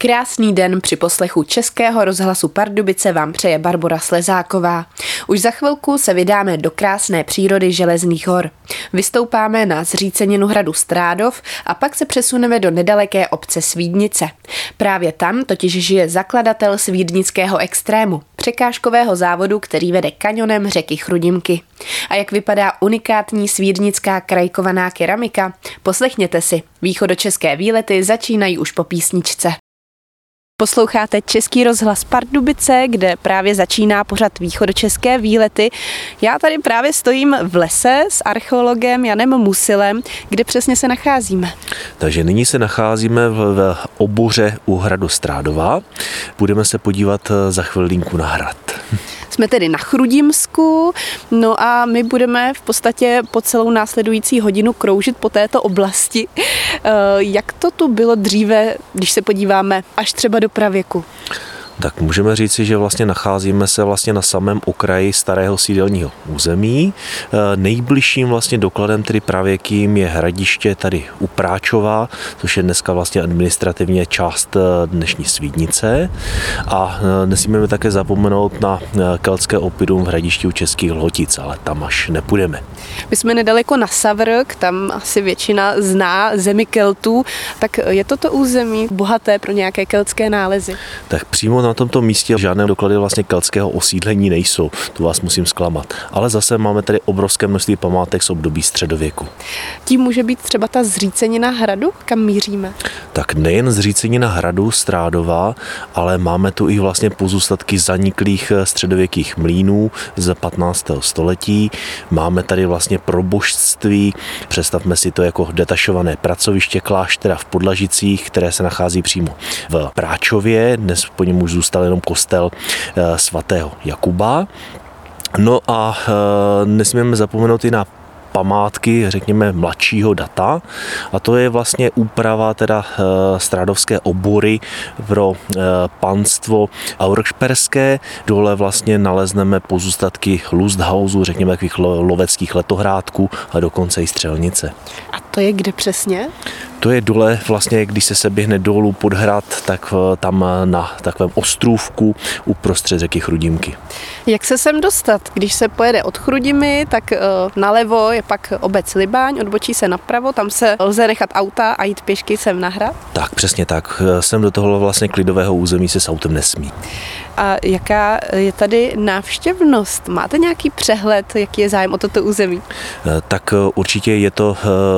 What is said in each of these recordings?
Krásný den při poslechu Českého rozhlasu Pardubice vám přeje Barbora Slezáková. Už za chvilku se vydáme do krásné přírody Železných hor. Vystoupáme na zříceninu hradu Strádov a pak se přesuneme do nedaleké obce Svídnice. Právě tam totiž žije zakladatel svídnického extrému, překážkového závodu, který vede kanionem řeky Chrudimky. A jak vypadá unikátní svídnická krajkovaná keramika? Poslechněte si. Východočeské výlety začínají už po písničce. Posloucháte Český rozhlas Pardubice, kde právě začíná pořad Východočeské výlety. Já tady právě stojím v lese s archeologem Janem Musilem, kde přesně se nacházíme. Takže nyní se nacházíme v oboře u hradu Strádova. Budeme se podívat za chvilinku na hrad. Jsme tedy na Chrudimsku, no a my budeme v podstatě po celou následující hodinu kroužit po této oblasti. Jak to tu bylo dříve, když se podíváme až třeba do pravěku? Tak můžeme říci, že vlastně nacházíme se vlastně na samém okraji starého sídelního území. Nejbližším vlastně dokladem tedy pravěkým je hradiště tady u Práčova, což je dneska vlastně administrativně část dnešní Svídnice. A nesmíme také zapomenout na keltské oppidum v hradišti u Českých Lhotic, ale tam až nepůjdeme. My jsme nedaleko na Savrk, tam asi většina zná zemi Keltů, tak je toto území bohaté pro nějaké keltské nálezy? Tak přímo na tomto místě žádné doklady vlastně keltského osídlení nejsou, to vás musím zklamat. Ale zase máme tady obrovské množství památek z období středověku. Tím může být třeba ta zřícenina hradu, kam míříme? Tak nejen zřícenina hradu Strádova, ale máme tu i vlastně pozůstatky zaniklých středověkých mlýnů z 15. století. Máme tady vlastně probožství, představme si to jako detašované pracoviště kláštera v Podlažicích, které se nachází přímo v Práčově, dnes po něm už zůstal jenom kostel svatého Jakuba. No a nesmíme zapomenout i na památky, řekněme, mladšího data, a to je vlastně úprava teda strádovské obory pro panstvo Auršperské. Dole vlastně nalezneme pozůstatky Lusthausu, řekněme, takových loveckých letohrádků a dokonce i střelnice. A to je kde přesně? To je dole vlastně, když se běhne dolů pod hrad, tak tam na takovém ostrůvku uprostřed řeky Chrudimky. Jak se sem dostat? Když se pojede od Chrudimy, tak nalevo je pak obec Libaň, odbočí se napravo, tam se lze nechat auta a jít pěšky sem na hrad? Tak, přesně tak. Sem do tohohle vlastně klidového území se s autem nesmí. A jaká je tady návštěvnost? Máte nějaký přehled, jaký je zájem o toto území? Tak určitě je to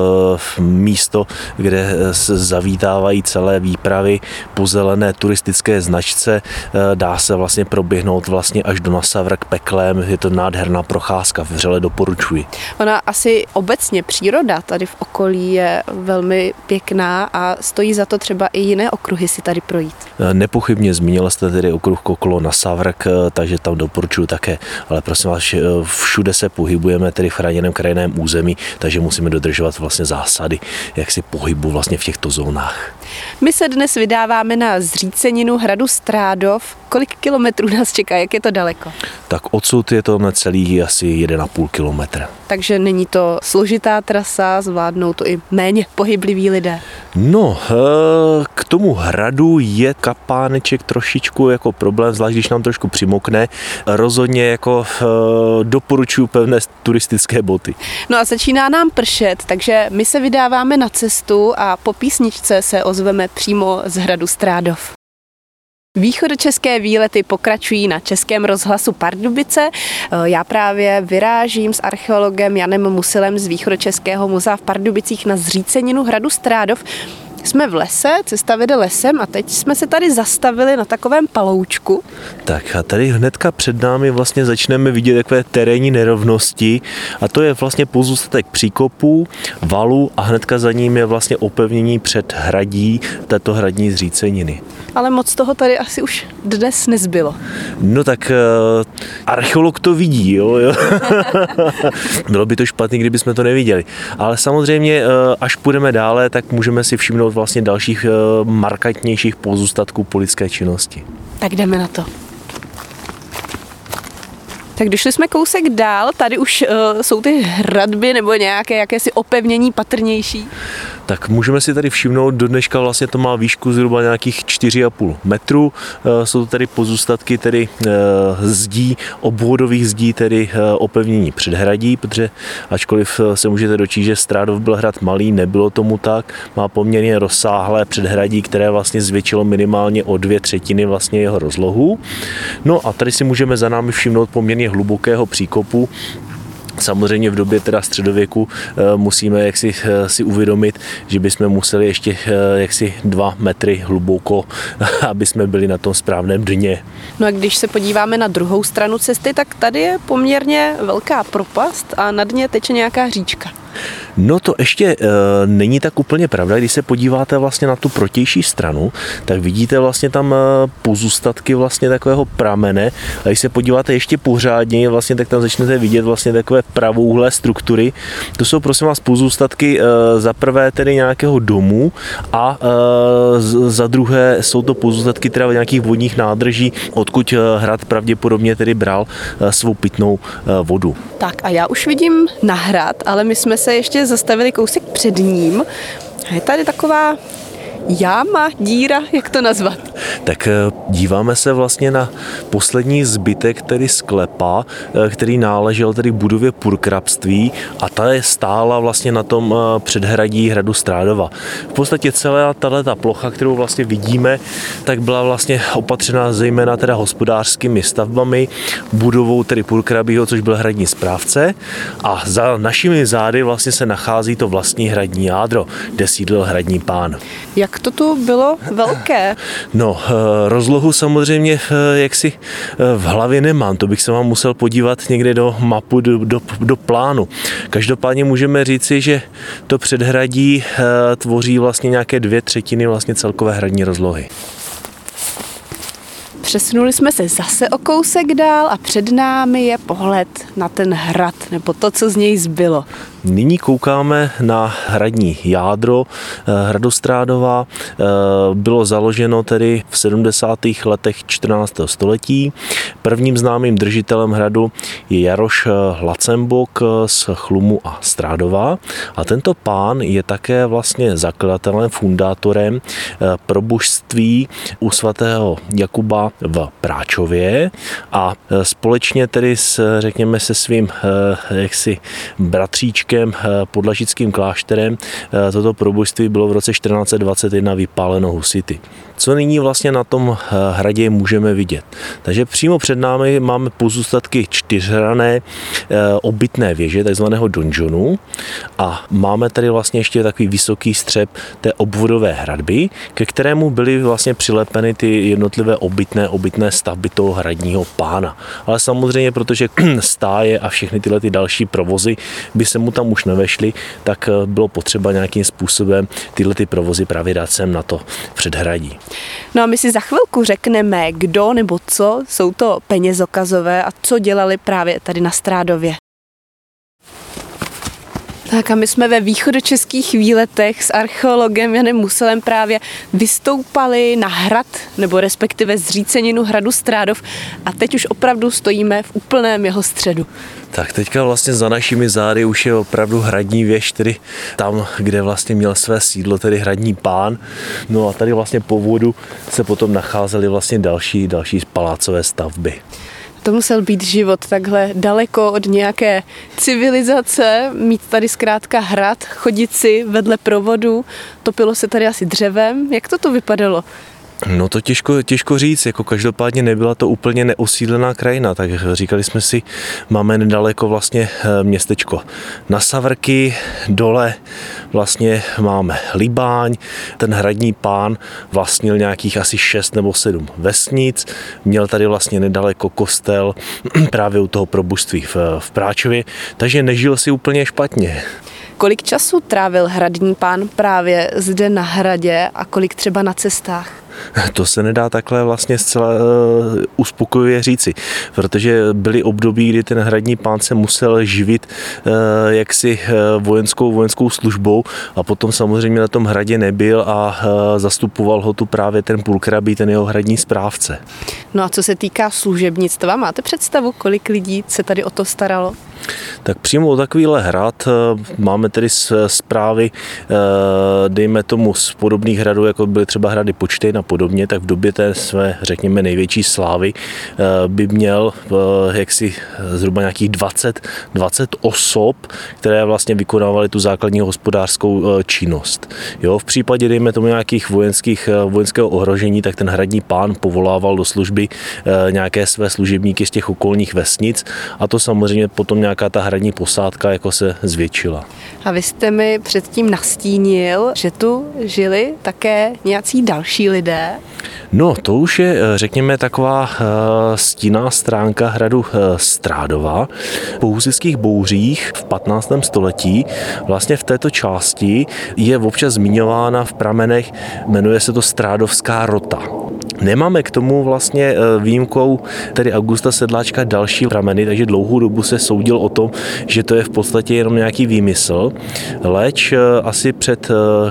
místo, kde zavítávají celé výpravy po zelené turistické značce. Dá se vlastně proběhnout vlastně až do Nasavrk peklem. Je to nádherná procházka, vřele doporučuji. Ona asi obecně příroda tady v okolí je velmi pěkná a stojí za to třeba i jiné okruhy si tady projít. Nepochybně zmínila jste tedy okruh okolo Nasavrk, takže tam doporučuji také, ale prosím vás, všude se pohybujeme tedy v chráněném krajinném území, takže musíme dodržovat vlastně zásady, jak si pohybu vlastně v těchto zónách. My se dnes vydáváme na zříceninu hradu Strádov. Kolik kilometrů nás čeká, jak je to daleko? Tak odsud je to necelý asi 1,5 kilometr. Takže není to složitá trasa, zvládnou to i méně pohybliví lidé. No, k tomu hradu je kapáneček trošičku jako problém, zvlášť když nám trošku přimokne. Rozhodně jako doporučuji pevné turistické boty. No a začíná nám pršet, takže my se vydáváme na cestu a po písničce se ozveme přímo z hradu Strádov. Východočeské výlety pokračují na Českém rozhlasu Pardubice. Já právě vyrážím s archeologem Janem Musilem z Východočeského muzea v Pardubicích na zříceninu hradu Strádov. Jsme v lese, cesta vede lesem a teď jsme se tady zastavili na takovém paloučku. Tak a tady hnedka před námi vlastně začneme vidět takové terénní nerovnosti a to je vlastně pozůstatek příkopů, valu a hnedka za ním je vlastně opevnění před hradí této hradní zříceniny. Ale moc toho tady asi už dnes nezbylo. No tak archeolog to vidí, jo. Bylo by to špatný, kdybychom to neviděli. Ale samozřejmě, až půjdeme dále, tak můžeme si všimnout vlastně dalších markantnějších pozůstatků po lidské činnosti. Tak jdeme na to. Tak došli jsme kousek dál, tady už jsou ty hradby nebo nějaké jakési opevnění patrnější. Tak můžeme si tady všimnout, do dneška vlastně to má výšku zhruba nějakých 4,5 metru. Jsou to tady pozůstatky tedy zdí, obvodových zdí, tedy opevnění předhradí, protože ačkoliv se můžete dočíst, že Strádov byl hrad malý, nebylo tomu tak. Má poměrně rozsáhlé předhradí, které vlastně zvětšilo minimálně o 2/3 vlastně jeho rozlohu. No a tady si můžeme za námi všimnout poměrně hlubokého příkopu. Samozřejmě v době teda středověku musíme si uvědomit, že bychom museli ještě 2 metry hluboko, aby jsme byli na tom správném dně. No a když se podíváme na druhou stranu cesty, tak tady je poměrně velká propast a na dně teče nějaká říčka. No to ještě není tak úplně pravda. Když se podíváte vlastně na tu protější stranu, tak vidíte vlastně tam pozůstatky vlastně takového pramene. A když se podíváte ještě pořádně, vlastně, tak tam začnete vidět vlastně takové pravouhlé struktury. To jsou prosím vás pozůstatky za prvé tedy nějakého domu a za druhé jsou to pozůstatky teda nějakých vodních nádrží, odkud hrad pravděpodobně tedy bral svou pitnou vodu. Tak a já už vidím na hrad, ale my jsme se ještě zastavili kousek před ním. Je tady taková jáma, díra, jak to nazvat? Tak díváme se vlastně na poslední zbytek tedy sklepa, který náležel tedy budově purkrabství a ta je stála vlastně na tom předhradí hradu Strádova. V podstatě celá tato plocha, kterou vlastně vidíme, tak byla vlastně opatřena zejména teda hospodářskými stavbami, budovou tedy purkrabího, což byl hradní správce, a za našimi zády vlastně se nachází to vlastní hradní jádro, kde sídlil hradní pán. Jak to tu bylo velké? No, rozlohu samozřejmě jaksi v hlavě nemám, to bych se vám musel podívat někde do mapu, do plánu. Každopádně můžeme říci, že to předhradí tvoří vlastně nějaké 2/3 vlastně celkové hradní rozlohy. Přesunuli jsme se zase o kousek dál a před námi je pohled na ten hrad, nebo to, co z něj zbylo. Nyní koukáme na hradní jádro hradu Strádova. Bylo založeno tedy v 70. letech 14. století. Prvním známým držitelem hradu je Jaroš Lacembok z Chlumu a Strádova. A tento pán je také vlastně zakladatelem, fundátorem proboštství u svatého Jakuba v Práčově a společně tedy řekněme se svým bratříčkem Podlažickým klášterem toto proboštství bylo v roce 1421 vypáleno husity. Co nyní vlastně na tom hradě můžeme vidět? Takže přímo před námi máme pozůstatky čtyřhranné obytné věže, takzvaného donžonu, a máme tady vlastně ještě takový vysoký střep té obvodové hradby, ke kterému byly vlastně přilepeny ty jednotlivé obytné stavby toho hradního pána. Ale samozřejmě, protože stáje a všechny tyhle ty další provozy by se mu tam už nevešly, tak bylo potřeba nějakým způsobem tyhle ty provozy právě dát sem na to předhradí. No a my si za chvilku řekneme, kdo nebo co jsou to penězokazové a co dělali právě tady na Strádově. Tak a my jsme ve východočeských výletech s archeologem Janem Muselem právě vystoupali na hrad, nebo respektive zříceninu hradu Strádov, a teď už opravdu stojíme v úplném jeho středu. Tak teďka vlastně za našimi zády už je opravdu hradní věž, tedy tam, kde vlastně měl své sídlo, tedy hradní pán. No a tady vlastně po vodu se potom nacházely vlastně další palácové stavby. To musel být život takhle daleko od nějaké civilizace, mít tady zkrátka hrad, chodit si vedle provodu, topilo se tady asi dřevem. Jak to vypadalo? No to těžko říct, jako každopádně nebyla to úplně neosídlená krajina, tak říkali jsme si, máme nedaleko vlastně městečko Na Savrky, dole vlastně máme Libáň, ten hradní pán vlastnil nějakých asi 6 nebo 7 vesnic, měl tady vlastně nedaleko kostel právě u toho proboštství v Práčově, takže nežil si úplně špatně. Kolik času trávil hradní pán právě zde na hradě a kolik třeba na cestách? To se nedá takhle vlastně zcela uspokojivě říci, protože byly období, kdy ten hradní pán se musel živit jaksi vojenskou službou a potom samozřejmě na tom hradě nebyl a zastupoval ho tu právě ten purkrabí, ten jeho hradní správce. No a co se týká služebnictva, máte představu, kolik lidí se tady o to staralo? Tak přímo o takovýhle hrad máme tedy zprávy, dejme tomu z podobných hradů, jako byly třeba hrady Počtejn a podobně, tak v době té své, řekněme, největší slávy by měl jaksi zhruba nějakých 20 osob, které vlastně vykonávaly tu základní hospodářskou činnost. Jo, v případě, dejme tomu, nějakých vojenského ohrožení, tak ten hradní pán povolával do služby nějaké své služebníky z těch okolních vesnic a to samozřejmě potom nějaká ta hradní posádka jako se zvětšila. A vy jste mi předtím nastínil, že tu žili také nějací další lidé? No, to už je, řekněme, taková stinná stránka hradu Strádova. Po husitských bouřích v 15. století vlastně v této části je občas zmiňována v pramenech, jmenuje se to Strádovská rota. Nemáme k tomu vlastně výjimkou tedy Augusta Sedláčka další prameny, takže dlouhou dobu se soudil o tom, že to je v podstatě jenom nějaký výmysl. Leč asi před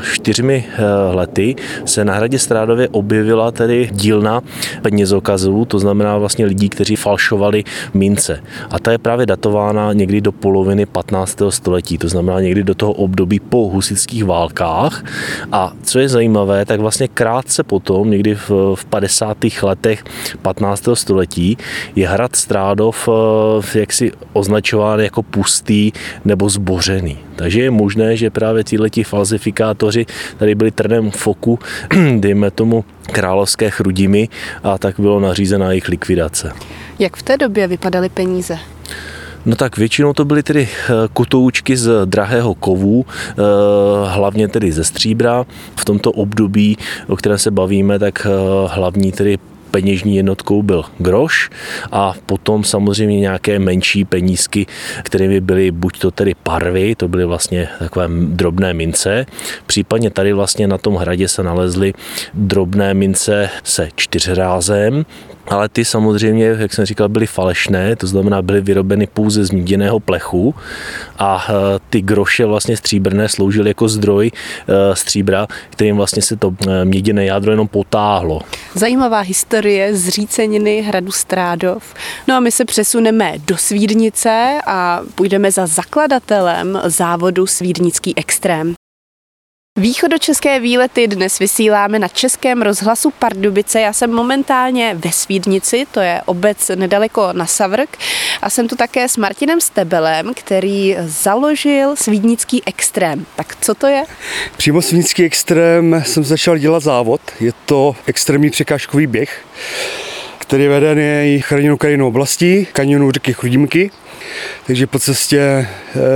4 lety se na hradě Strádově objevila tedy dílna penězokazů, to znamená vlastně lidí, kteří falšovali mince. A ta je právě datována někdy do poloviny 15. století, to znamená někdy do toho období po husitských válkách. A co je zajímavé, tak vlastně krátce potom, někdy v 50. letech 15. století, je hrad Strádov jaksi označován jako pustý nebo zbořený. Takže je možné, že právě tihleti falzifikátoři tady byli trnem v oku, dejme tomu královské Chrudimi, a tak bylo nařízena jejich likvidace. Jak v té době vypadaly peníze? No tak většinou to byly tedy kotoučky z drahého kovu, hlavně tedy ze stříbra. V tomto období, o kterém se bavíme, tak hlavní tedy peněžní jednotkou byl groš a potom samozřejmě nějaké menší penízky, kterými byly buď to tedy parvy, to byly vlastně takové drobné mince, případně tady vlastně na tom hradě se nalezly drobné mince se 4řázem, ale ty samozřejmě, jak jsem říkal, byly falešné, to znamená byly vyrobeny pouze z měděného plechu a ty groše vlastně stříbrné sloužily jako zdroj stříbra, kterým vlastně se to měděné jádro jenom potáhlo. Zajímavá historie zříceniny hradu Strádov. No a my se přesuneme do Svídnice a půjdeme za zakladatelem závodu Svídnický extrém. Východočeské výlety dnes vysíláme na Českém rozhlasu Pardubice. Já jsem momentálně ve Svídnici, to je obec nedaleko na Savrk, a jsem tu také s Martinem Stebelem, který založil Svídnický extrém. Tak co to je? Přímo Svídnický extrém jsem začal dělat závod. Je to extrémní překážkový běh, který veden je chráněnou krajinnou oblastí, kanionou řeky Chrudimky. Takže po cestě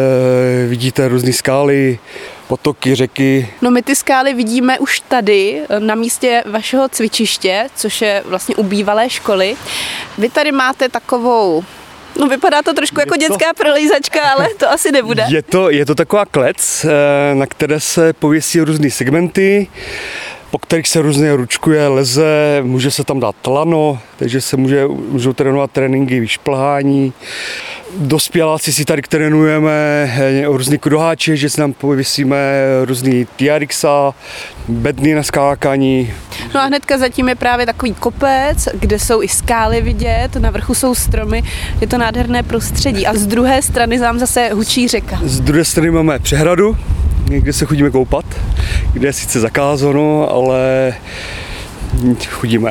vidíte různé skály, potoky, řeky. No my ty skály vidíme už tady, na místě vašeho cvičiště, což je vlastně u bývalé školy. Vy tady máte takovou, no vypadá to trošku jako dětská prolízačka, ale to asi nebude. Je to taková klec, na které se pověsí různé segmenty, po kterých se různě ručkuje, leze, může se tam dát lano, takže se můžou trénovat tréninky vyšplhání. Dospěláci si tady trénujeme různý kruháče, že si nám pověsíme různý TRXa, bedny na skákání. No a hnedka zatím je právě takový kopec, kde jsou i skály vidět, na vrchu jsou stromy, je to nádherné prostředí a z druhé strany nám zase hučí řeka. Z druhé strany máme přehradu, kde se chodíme koupat, kde je sice zakázáno, ale chodíme.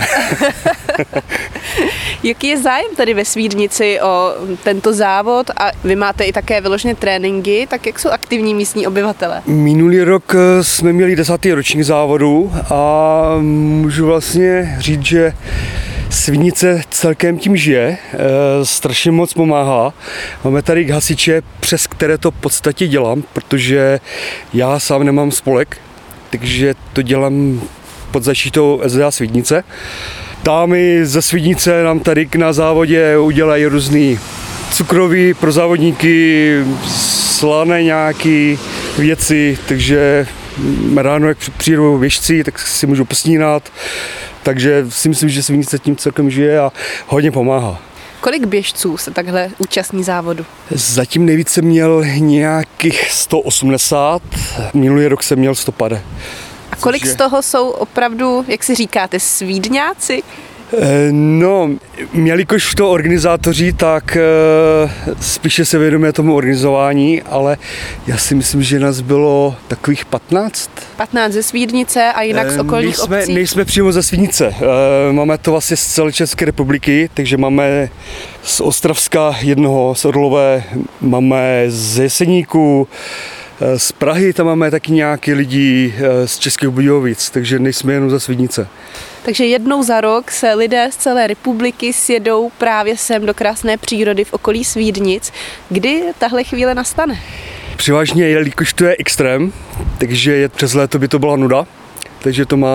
Jaký je zájem tady ve Svídnici o tento závod a vy máte i také vyloženě tréninky, tak jak jsou aktivní místní obyvatele? Minulý rok jsme měli 10. ročník závodu a můžu vlastně říct, že Svídnice celkem tím žije, strašně moc pomáhá. Máme tady hasiče, přes které to v podstatě dělám, protože já sám nemám spolek, takže to dělám pod zaštitou SDA Svídnice. Dámy ze Svídnice nám tady na závodě udělají různý cukroví pro závodníky, slané nějaké věci, takže ráno, jak přijdou běžci, tak si můžou posnínat. Takže si myslím, že Svídnice tím celkem žije a hodně pomáhá. Kolik běžců se takhle účastní závodu? Zatím nejvíce měl nějakých 180, minulý rok jsem měl 150. A kolik z toho jsou opravdu, jak si říkáte, Svídňáci? No, jelikož to organizátoři, tak spíše se věnujeme tomu organizování, ale já si myslím, že nás bylo takových 15. 15 ze Svídnice a jinak z okolních obcí? Nejsme přímo ze Svídnice. Máme to vlastně z celé České republiky, takže máme z Ostravska jednoho, z Orlové, máme z Jeseníku, z Prahy tam máme taky nějaký lidi, z Českých Budějovic, takže nejsme jenom ze Svídnice. Takže jednou za rok se lidé z celé republiky sjedou právě sem do krásné přírody v okolí Svídnic. Kdy tahle chvíle nastane? Převážně, jelikož to je extrém, takže přes léto by to byla nuda, takže to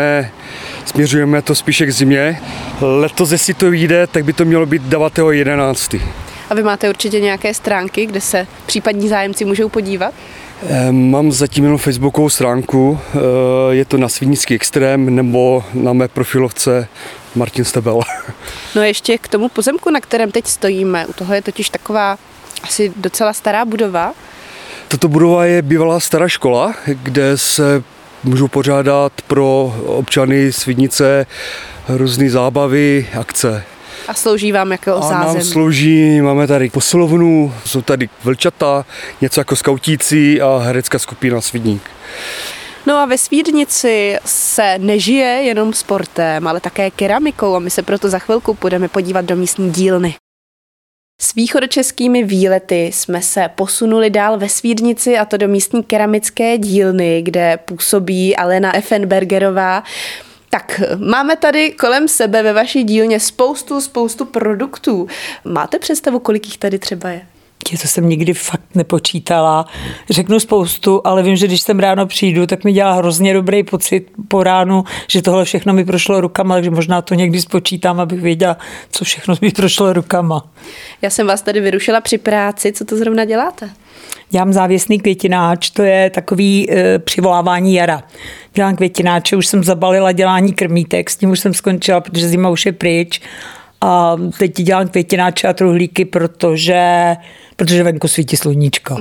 směřujeme to spíše k zimě. Letos, jestli to vyjde, tak by to mělo být 9.11. A vy máte určitě nějaké stránky, kde se případní zájemci můžou podívat? Mám zatím jenom facebookovou stránku, je to na Svídnický extrém nebo na mé profilovce Martin Stebel. No a ještě k tomu pozemku, na kterém teď stojíme. U toho je totiž taková asi docela stará budova. Tato budova je bývalá stará škola, kde se můžou pořádat pro občany Svídnice různé zábavy, akce. A slouží vám jako zázemí? A nám slouží, máme tady posilovnu, jsou tady vlčata, něco jako skautící a herecká skupina Svídník. No a ve Svídnici se nežije jenom sportem, ale také keramikou a my se proto za chvilku půjdeme podívat do místní dílny. S východočeskými výlety jsme se posunuli dál ve Svídnici a to do místní keramické dílny, kde působí Alena Effenbergerová. Tak, máme tady kolem sebe ve vaší dílně spoustu produktů. Máte představu, kolik jich tady třeba je? To jsem nikdy fakt nepočítala. Řeknu spoustu, ale vím, že když sem ráno přijdu, tak mi dělá hrozně dobrý pocit po ránu, že tohle všechno mi prošlo rukama, takže možná to někdy spočítám, abych věděla, co všechno mi prošlo rukama. Já jsem vás tady vyrušila při práci, co to zrovna děláte? Dělám závěsný květináč, to je takový přivolávání jara. Dělám květináče, už jsem zabalila dělání krmítek, s tím už jsem skončila, protože zima už je pryč. A teď dělám květináče a truhlíky, protože venku svítí sluníčko.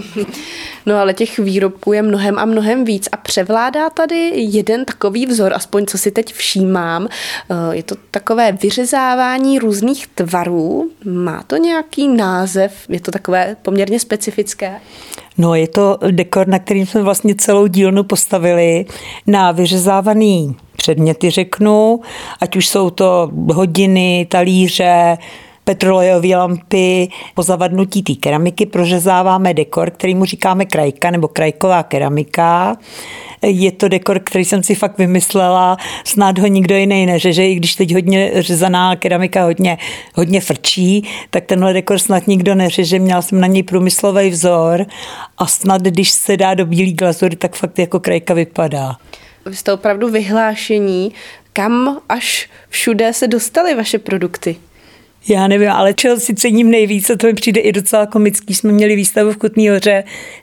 No ale těch výrobků je mnohem a mnohem víc a převládá tady jeden takový vzor, aspoň co si teď všímám. Je to takové vyřezávání různých tvarů. Má to nějaký název? Je to takové poměrně specifické? No, je to dekor, na kterým jsme vlastně celou dílnu postavili na vyřezávaný předměty, řeknu, ať už jsou to hodiny, talíře, petrolejové lampy. Po zavadnutí té keramiky prořezáváme dekor, kterýmu říkáme krajka nebo krajková keramika. Je to dekor, který jsem si fakt vymyslela, snad ho nikdo jiný neřeže, i když teď hodně řezaná keramika hodně frčí, tak tenhle dekor snad nikdo neřeže, měla jsem na něj průmyslový vzor a snad, když se dá do bílý glazury, tak fakt jako krajka vypadá. Vy jste opravdu vyhlášení, kam až všude se dostaly vaše produkty? Já nevím, ale čeho si cením nejvíc, a to mi přijde i docela komický. Jsme měli výstavu v Kutný Hoře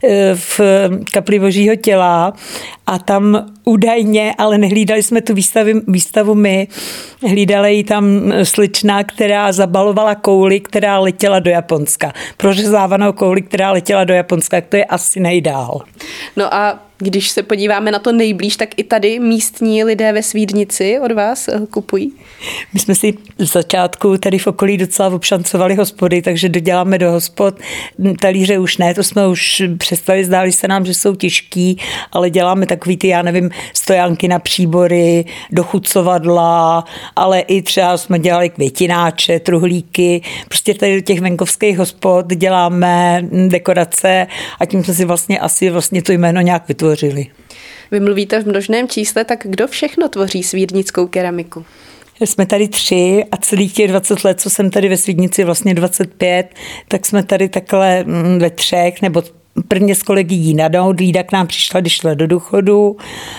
v kapli Božího těla a tam údajně, ale nehlídali jsme tu výstavu my, hlídala ji tam slečna, která zabalovala kouli, která letěla do Japonska. Prořezávanou kouli, která letěla do Japonska, to je asi nejdál. No a když se podíváme na to nejblíž, tak i tady místní lidé ve Svídnici od vás kupují? My jsme si v začátku tady v okolí docela obšancovali hospody, takže doděláme do hospod. Talíře už ne, to jsme už přestali, zdáli se nám, že jsou těžký, ale děláme takový ty, já nevím, stojánky na příbory, dochucovadla, ale i třeba jsme dělali květináče, truhlíky, prostě tady do těch venkovských hospod děláme dekorace a tím jsme si vlastně to jméno nějak vytvořili. Vy mluvíte v množném čísle, tak kdo všechno tvoří svídnickou keramiku? Jsme tady 3 a celých těch 20 let, co jsem tady ve Svídnici, vlastně 25, tak jsme tady takhle ve 3, nebo prvně s kolegy Jínadou, Lída k nám přišla, když šla do důchodu.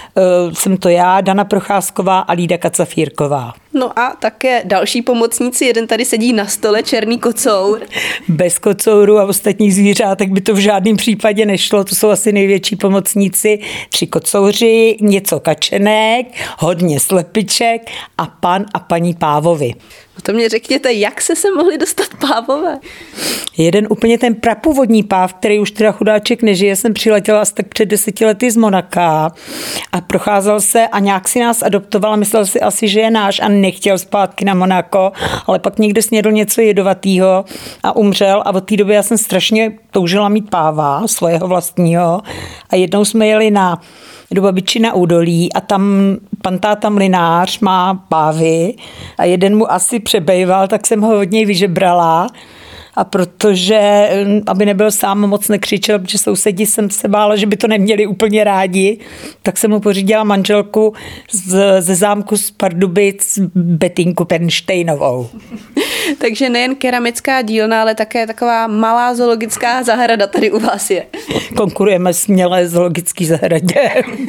Jsem to já, Dana Procházková a Lída Kacafírková. No a také další pomocníci, jeden tady sedí na stole, černý kocour. Bez kocouru a ostatních zvířátek by to v žádném případě nešlo, to jsou asi největší pomocníci. 3 kocouři, něco kačenek, hodně slepiček a pan a paní Pávovi. No to mě řekněte, jak se mohli dostat Pávové? Jeden úplně ten prapůvodní páv, který už teda chudáček nežije, jsem přiletěla asi tak před 10 lety z Monaka a procházel se a nějak si nás adoptoval a myslel si asi, že je náš a nechtěl zpátky na Monako, ale pak někde snědl něco jedovatýho a umřel a od té doby já jsem strašně toužila mít páva svého vlastního a jednou jsme jeli do babiči na údolí a tam pan táta mlynář má pávy a jeden mu asi přebejval, tak jsem ho od něj vyžebrala. A protože, aby nebyl sám, moc nekřičel, protože sousedi jsem se bála, že by to neměli úplně rádi, tak jsem mu pořídila manželku ze zámku z Pardubic Betinku Pernštejnovou. Takže nejen keramická dílna, ale také taková malá zoologická zahrada tady u vás je. Konkurujeme směle zoologické zahradě.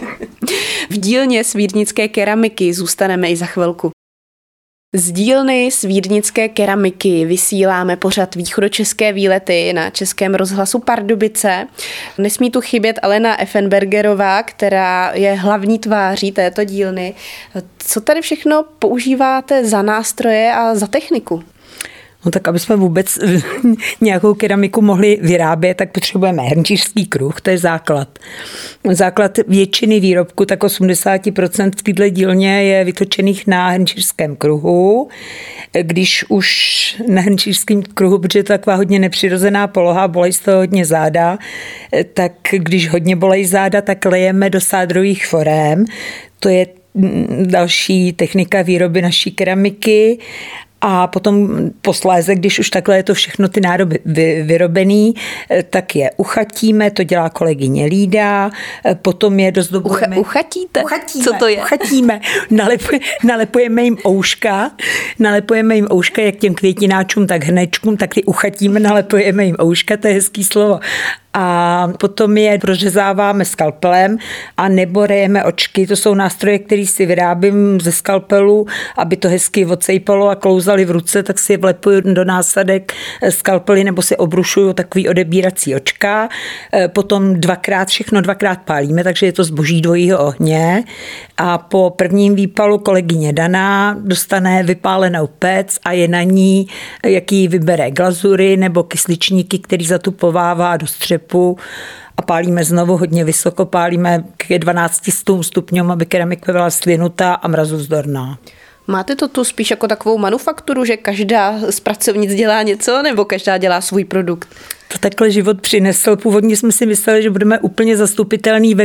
V dílně svírnické keramiky zůstaneme i za chvilku. Z dílny svírnické keramiky vysíláme pořad Východočeské výlety na Českém rozhlasu Pardubice. Nesmí tu chybět Alena Effenbergerová, která je hlavní tváří této dílny. Co tady všechno používáte za nástroje a za techniku? No tak aby jsme vůbec nějakou keramiku mohli vyrábět, tak potřebujeme hrnčířský kruh, to je základ. Základ většiny výrobku, tak 80% v této dílně je vytočených na hrnčířském kruhu. Když už na hrnčířském kruhu, protože je to taková hodně nepřirozená poloha, bolej z toho hodně záda, tak když hodně bolej záda, tak lejeme do sádrových forem. To je další technika výroby naší keramiky. A potom posléze, když už takhle je to všechno ty nádoby vyrobený, tak je uchatíme, to dělá kolegyně Lída, potom je dozdobujeme. Uchatíte? Co to je? Uchatíme. Nalepujeme jim ouška, jak těm květináčům, tak hnečkům, tak ty uchatíme, nalepujeme jim ouška, to je hezký slovo. A potom je prořezáváme skalpelem a nebo rejeme očky. To jsou nástroje, které si vyrábím ze skalpelu, aby to hezky odsejpalo a klouzali v ruce, tak si je vlepuju do násadek skalpely nebo si obrušuju takový odebírací očka. Potom všechno dvakrát pálíme, takže je to zboží dvojího ohně. A po prvním výpalu kolegyně Dana dostane vypálenou pec a je na ní, jaký vybere glazury nebo kysličníky, který zatupovává do střepu a pálíme znovu hodně vysoko, pálíme k 12 stupňům, aby keramika byla slynutá a mrazovzdorná. Máte to tu spíš jako takovou manufakturu, že každá z pracovnic dělá něco, nebo každá dělá svůj produkt? To takhle život přinesl. Původně jsme si mysleli, že budeme úplně zastupitelní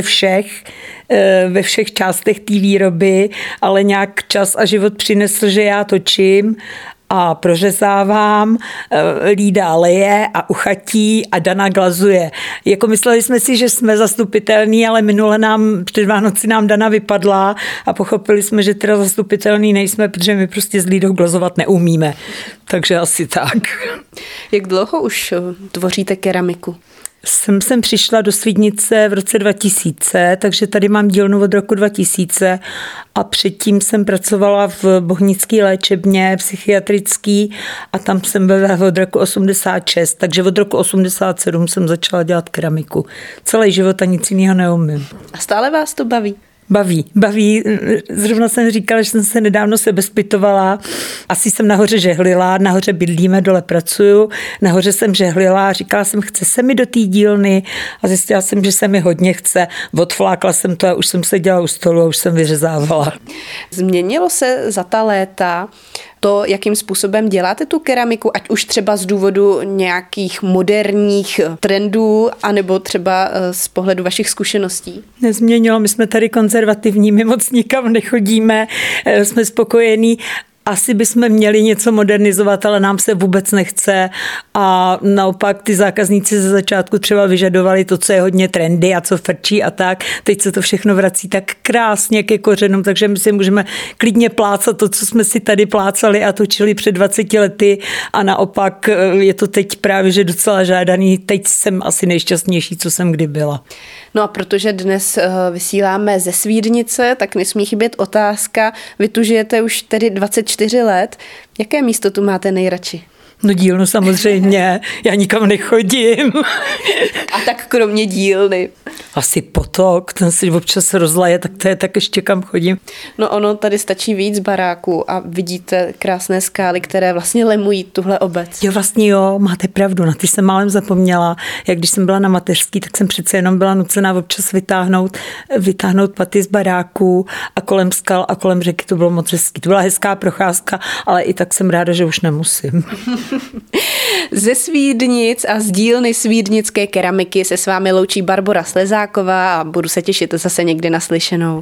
ve všech částech té výroby, ale nějak čas a život přinesl, že já točím a prořezávám, Lída leje a uchatí a Dana glazuje. Jako mysleli jsme si, že jsme zastupitelní, ale minule před Vánoci nám Dana vypadla a pochopili jsme, že teda zastupitelní nejsme, protože my prostě s Lídou glazovat neumíme. Takže asi tak. Jak dlouho už tvoříte keramiku? Jsem přišla do Svídnice v roce 2000, takže tady mám dílnu od roku 2000 a předtím jsem pracovala v Bohnické léčebně psychiatrický a tam jsem byla od roku 86, takže od roku 87 jsem začala dělat keramiku. Celý život a nic jiného neumím. A stále vás to baví? Baví. Zrovna jsem říkala, že jsem se nedávno sebezpytovala. Asi jsem nahoře žehlila, nahoře bydlíme, dole pracuju. Nahoře jsem žehlila a říkala jsem, chce se mi do té dílny a zjistila jsem, že se mi hodně chce. Odflákla jsem to a už jsem seděla u stolu a už jsem vyřezávala. Změnilo se za ta léta to, jakým způsobem děláte tu keramiku, ať už třeba z důvodu nějakých moderních trendů, anebo třeba z pohledu vašich zkušeností? Nezměnilo, my jsme tady konzervativní, my moc nikam nechodíme, jsme spokojení. Asi bychom měli něco modernizovat, ale nám se vůbec nechce a naopak ty zákazníci ze začátku třeba vyžadovali to, co je hodně trendy a co frčí a tak. Teď se to všechno vrací tak krásně ke kořenům, takže my si můžeme klidně plácat to, co jsme si tady plácali a točili před 20 lety a naopak je to teď právě, že docela žádaný. Teď jsem asi nejšťastnější, co jsem kdy byla. No a protože dnes vysíláme ze Svírnice, tak nesmí chybět otázka. Vy tu žijete už tedy 24 let. Jaké místo tu máte nejradši? No dílnu samozřejmě, já nikam nechodím. A tak kromě dílny. Asi potok, ten si občas rozlaje, tak to je tak ještě kam chodím. No ono tady stačí víc baráků a vidíte krásné skály, které vlastně lemují tuhle obec. Jo, vlastně jo, máte pravdu, na ty jsem málem zapomněla. Jak když jsem byla na mateřský, tak jsem přece jenom byla nucená občas vytáhnout paty z baráků a kolem skal a kolem řeky, to bylo moc hezký. To byla hezká procházka, ale i tak jsem ráda, že už nemusím. Ze Svídnic a z dílny svídnické keramiky se s vámi loučí Barbora Slezáková a budu se těšit zase někdy naslyšenou.